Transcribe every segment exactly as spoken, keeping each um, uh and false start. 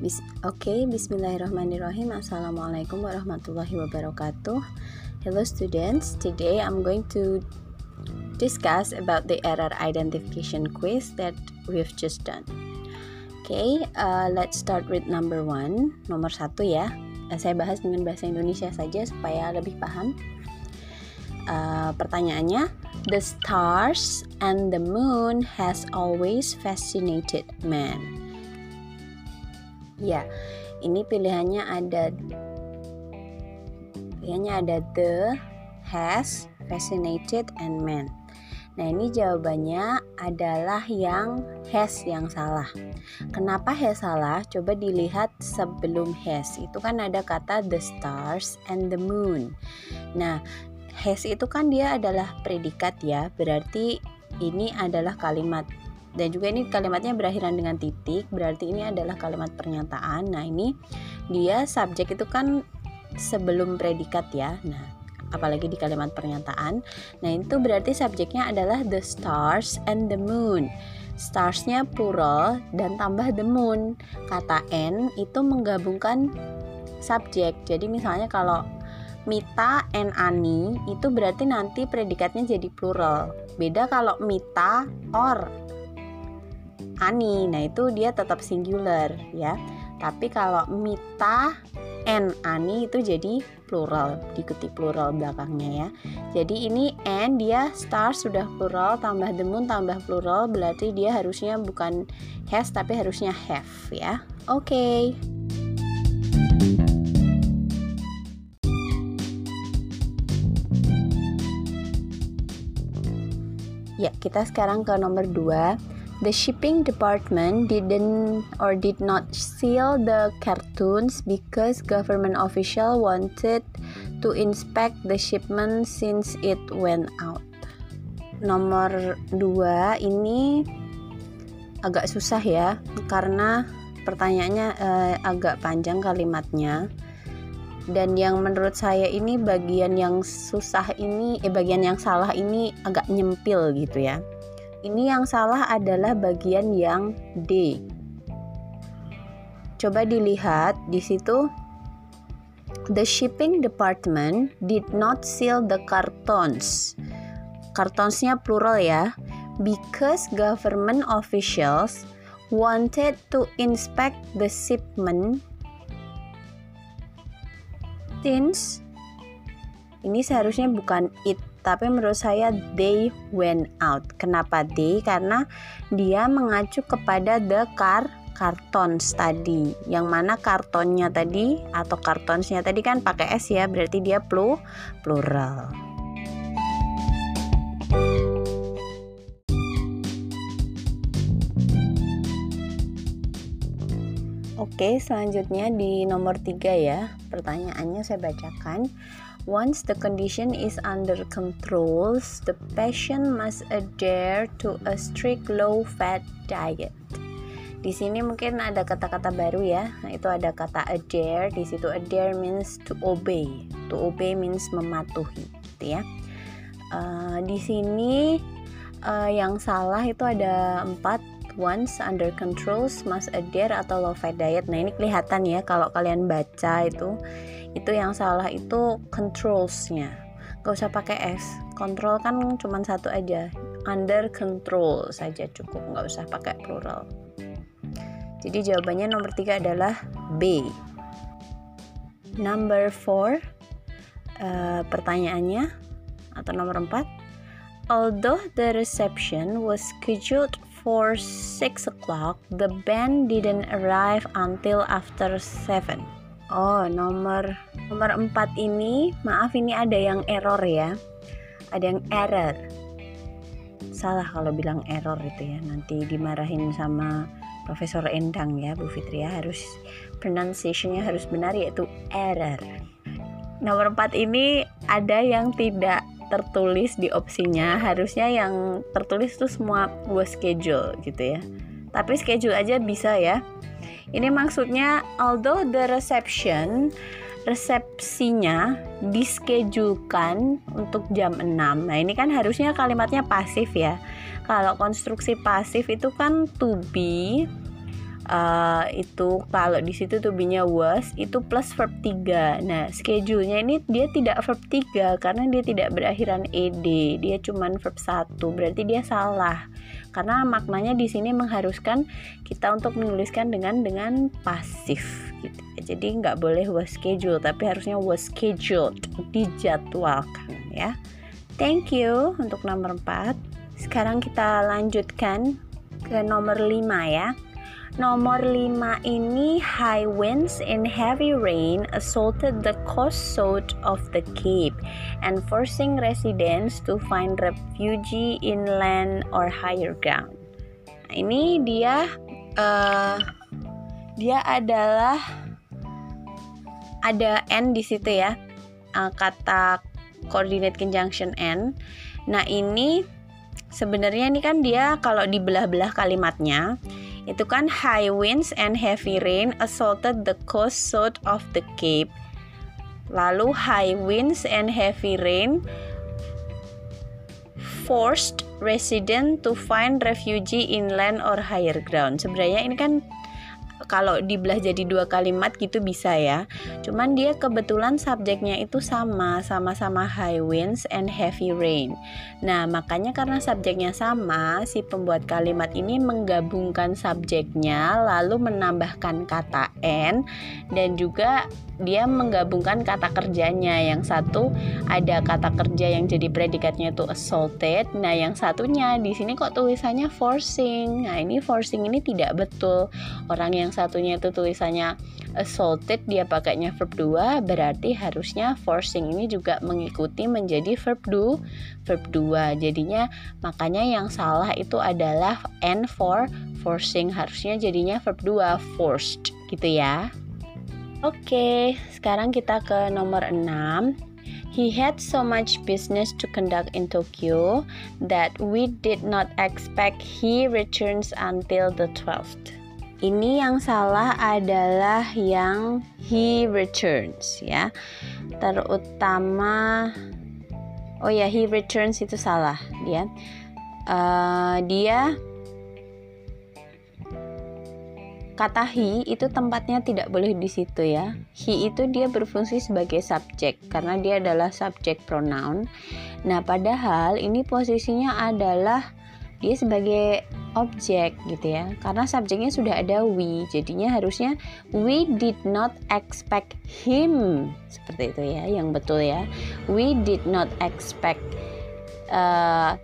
Bis- Oke, okay, bismillahirrahmanirrahim. Assalamualaikum warahmatullahi wabarakatuh. Hello students, today I'm going to discuss about the error identification quiz that we've just done. Okay, uh, let's start with number one. Nomor satu ya. Uh, saya bahas dengan bahasa Indonesia saja supaya lebih paham. Uh, pertanyaannya, the stars and the moon has always fascinated man. Ya, ini pilihannya ada pilihannya ada the, has, fascinated, and man. Nah, ini jawabannya adalah yang has yang salah. Kenapa has salah? Coba dilihat sebelum has. Itu kan ada kata the stars and the moon. Nah, has itu kan dia adalah predikat ya. Berarti ini adalah kalimat. Dan juga ini kalimatnya berakhiran dengan titik, berarti ini adalah kalimat pernyataan. Nah, ini dia subjek itu kan sebelum predikat ya. Nah, apalagi di kalimat pernyataan. Nah, itu berarti subjeknya adalah the stars and the moon. Starsnya plural dan tambah the moon. Kata and itu menggabungkan subjek. Jadi misalnya kalau Mita and Ani itu berarti nanti predikatnya jadi plural. Beda kalau Mita or Ani, nah itu dia tetap singular ya. Tapi kalau Mita and Ani itu jadi plural, diikuti plural belakangnya ya. Jadi ini and dia stars sudah plural, tambah the moon tambah plural, berarti dia harusnya bukan has tapi harusnya have ya. Oke. Okay. Ya, kita sekarang ke nomor dua. The shipping department didn't or did not seal the cartoons because government official wanted to inspect the shipment since it went out. Nomor dua ini agak susah ya, karena pertanyaannya eh, agak panjang kalimatnya. Dan yang menurut saya ini bagian yang susah ini, eh bagian yang salah ini agak nyempil gitu ya. Ini yang salah adalah bagian yang D. Coba dilihat di situ. The shipping department did not seal the cartons. Cartonsnya plural ya. Because government officials wanted to inspect the shipment since ini seharusnya bukan it, tapi menurut saya they went out. Kenapa they? Karena dia mengacu kepada the car cartons tadi, yang mana kartonnya tadi atau cartonsnya tadi kan pakai s ya, berarti dia plu, plural. Oke, selanjutnya di nomor tiga ya. Pertanyaannya saya bacakan. Once the condition is under control, the patient must adhere to a strict low-fat diet. Di sini mungkin ada kata-kata baru ya. Nah, itu ada kata adhere. Di situ adhere means to obey. To obey means mematuhi, gitu ya. Uh, di sini uh, yang salah itu ada empat. Once under controls must adhere atau low fat diet. Nah, ini kelihatan ya kalau kalian baca itu. Itu yang salah itu controls-nya. Gak usah pakai S. Control kan cuma satu aja. Under control saja cukup, gak usah pakai plural. Jadi jawabannya nomor tiga adalah B. Number four, uh, pertanyaannya atau nomor empat. Although the reception was scheduled for six o'clock, the band didn't arrive until after seven. Oh, nomor nomor empat ini, maaf ini ada yang error ya. Ada yang error. Salah kalau bilang error itu ya. Nanti dimarahin sama Profesor Endang ya, Bu Fitri ya. Harus pronunciation-nya harus benar, yaitu error. Nomor empat ini ada yang tidak tertulis di opsinya. Harusnya yang tertulis itu semua was schedule gitu ya. Tapi schedule aja bisa ya. Ini maksudnya although the reception resepsinya dischedulekan untuk jam enam. Nah, ini kan harusnya kalimatnya pasif ya. Kalau konstruksi pasif itu kan to be uh, itu kalau di situ to be-nya was itu plus verb tiga. Nah, schedule-nya ini dia tidak verb tiga karena dia tidak berakhiran ed, dia cuman verb satu. Berarti dia salah. Karena maknanya di sini mengharuskan kita untuk menuliskan dengan dengan pasif gitu. Jadi nggak boleh was scheduled, tapi harusnya was scheduled, dijadwalkan ya. Thank you untuk nomor empat. Sekarang kita lanjutkan ke nomor lima ya. Nomor lima ini, high winds and heavy rain assaulted the coast of the Cape and forcing residents to find refuge inland or higher ground. Nah, ini dia uh, dia adalah ada and di situ ya, uh, kata coordinate conjunction and. Nah, ini sebenarnya ini kan dia kalau dibelah-belah kalimatnya itu kan high winds and heavy rain assaulted the coast south of the Cape. Lalu high winds and heavy rain forced resident to find refuge inland or higher ground. Sebenarnya ini kan kalau dibelah jadi dua kalimat gitu bisa ya. Cuman dia kebetulan subjeknya itu sama, sama-sama high winds and heavy rain. Nah, makanya karena subjeknya sama, si pembuat kalimat ini menggabungkan subjeknya lalu menambahkan kata and dan juga dia menggabungkan kata kerjanya. Yang satu ada kata kerja yang jadi predikatnya itu assaulted. Nah, yang satunya di sini kok tulisannya forcing. Nah, ini forcing ini tidak betul. Orang yang satunya itu tulisannya assaulted, dia pakainya verb dua, berarti harusnya forcing ini juga mengikuti menjadi verb dua, verb dua. Jadinya makanya yang salah itu adalah and for forcing, harusnya jadinya verb dua, forced gitu ya. Oke, sekarang kita ke nomor enam. He had so much business to conduct in Tokyo that we did not expect he returns until the twelfth. Ini yang salah adalah yang he returns ya. Terutama oh ya, he returns itu salah dia. Uh, dia kata he itu tempatnya tidak boleh di situ ya. He itu dia berfungsi sebagai subjek karena dia adalah subject pronoun. Nah, padahal ini posisinya adalah dia sebagai objek gitu ya. Karena subjeknya sudah ada we, jadinya harusnya we did not expect him. Seperti itu ya, yang betul ya. We did not expect uh,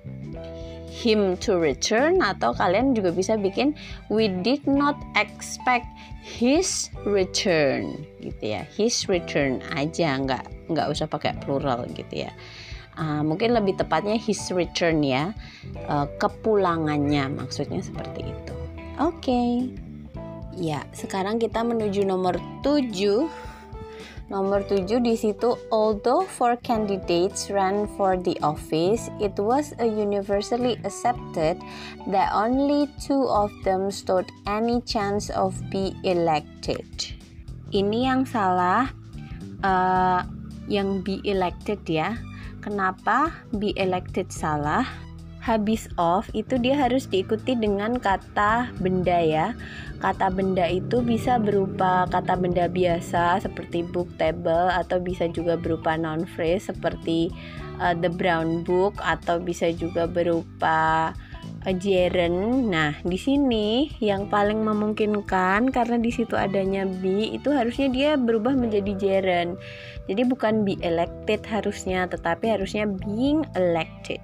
him to return, atau kalian juga bisa bikin we did not expect his return gitu ya. His return aja, nggak nggak usah pakai plural gitu ya. Uh, mungkin lebih tepatnya his return ya, uh, kepulangannya maksudnya seperti itu. Oke, okay. Ya sekarang kita menuju nomor tujuh. Nomor tujuh di situ, although four candidates ran for the office, it was a universally accepted that only two of them stood any chance of be elected. Ini yang salah, uh, yang be elected ya. Kenapa be elected salah? Habis of itu dia harus diikuti dengan kata benda ya. Kata benda itu bisa berupa kata benda biasa seperti book, table, atau bisa juga berupa noun phrase seperti uh, the brown book, atau bisa juga berupa uh, gerund. Nah, di sini yang paling memungkinkan karena di situ adanya be, itu harusnya dia berubah menjadi gerund. Jadi bukan be elected harusnya, tetapi harusnya being elected.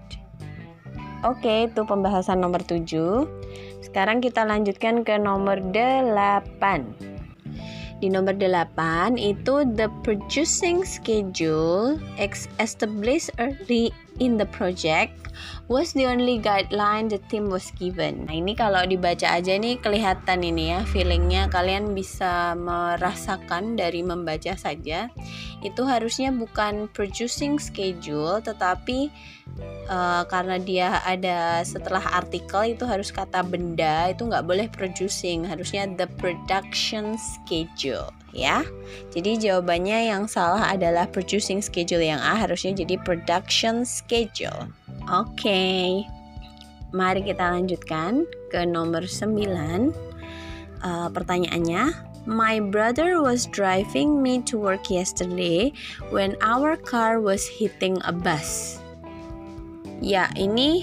Oke, itu pembahasan nomor tujuh. Sekarang kita lanjutkan ke nomor delapan. Di nomor delapan itu the producing schedule established early in the project was the only guideline the team was given. Nah, ini kalau dibaca aja nih kelihatan ini ya, feelingnya kalian bisa merasakan dari membaca saja. Itu harusnya bukan producing schedule, tetapi uh, karena dia ada setelah artikel itu harus kata benda, itu nggak boleh producing, harusnya the production schedule ya. Jadi jawabannya yang salah adalah producing schedule, yang A harusnya jadi production schedule. Oke, okay. Mari kita lanjutkan ke nomor sembilan. Uh, pertanyaannya, my brother was driving me to work yesterday when our car was hitting a bus. Ya, ini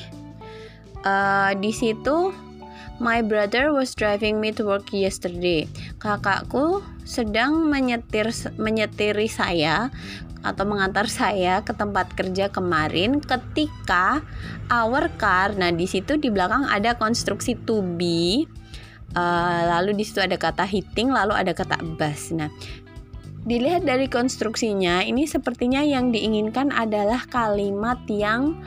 uh, di situ my brother was driving me to work yesterday. Kakakku sedang menyetir menyetiri saya atau mengantar saya ke tempat kerja kemarin ketika our car. Nah, di situ di belakang ada konstruksi to be. Uh, lalu di situ ada kata hitting, lalu ada kata bus. Nah, dilihat dari konstruksinya, ini sepertinya yang diinginkan adalah kalimat yang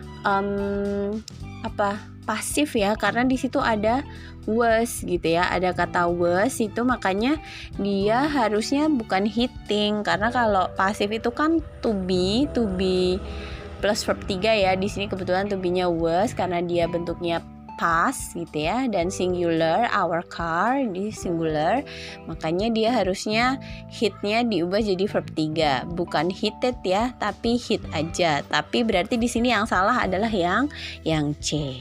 um, apa pasif ya, karena di situ ada was gitu ya, ada kata was itu, makanya dia harusnya bukan hitting, karena kalau pasif itu kan to be, to be plus verb tiga ya. Di sini kebetulan to be-nya was karena dia bentuknya past gitu ya, dan singular our car di singular, makanya dia harusnya hitnya diubah jadi verb tiga, bukan hitted ya, tapi hit aja. Tapi berarti di sini yang salah adalah yang yang C.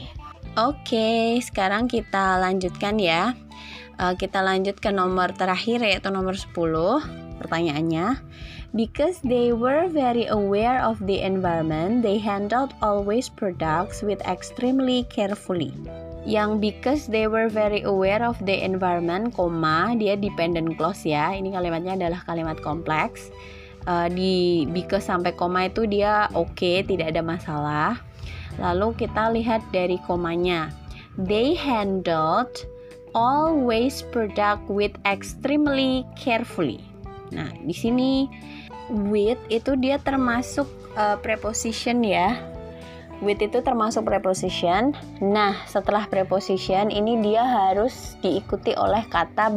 Oke, sekarang kita lanjutkan ya. Uh, kita lanjut ke nomor terakhir, yaitu nomor sepuluh. Pertanyaannya, because they were very aware of the environment, they handled all waste products with extremely carefully. Yang because they were very aware of the environment, koma, dia dependent clause ya. Ini kalimatnya adalah kalimat kompleks. Uh, di because sampai koma itu dia oke, okay, tidak ada masalah. Lalu kita lihat dari komanya. They handled all waste product with extremely carefully. Nah, di sini with itu dia termasuk uh, preposition ya. With itu termasuk preposition. Nah, setelah preposition ini dia harus diikuti oleh kata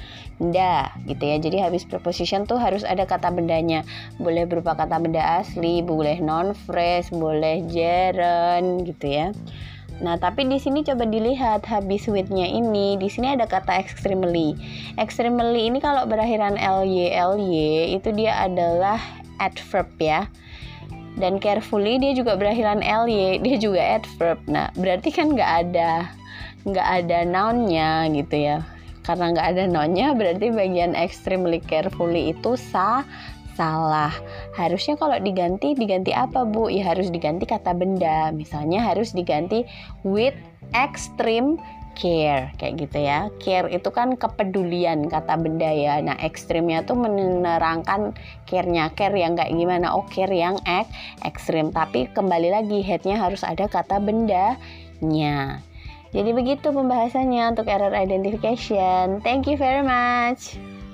benda gitu ya. Jadi habis preposition tuh harus ada kata bendanya. Boleh berupa kata benda asli, boleh non phrase, boleh gerund gitu ya. Nah, tapi di sini coba dilihat habis with-nya ini, di sini ada kata extremely. Extremely ini kalau berakhiran ly ly itu dia adalah adverb ya. Dan carefully dia juga berakhiran ly, dia juga adverb. Nah, berarti kan nggak ada nggak ada noun-nya gitu ya. Karena nggak ada noun-nya, berarti bagian extremely carefully itu sah salah. Harusnya kalau diganti, diganti apa Bu? Ya harus diganti kata benda. Misalnya harus diganti with extreme care, kayak gitu ya. Care itu kan kepedulian, kata benda ya. Nah, ekstrimnya tuh menerangkan care-nya. Care yang kayak gimana? Oh, care yang ek, ekstrim. Tapi kembali lagi, head-nya harus ada kata bendanya. Jadi begitu pembahasannya untuk error identification. Thank you very much.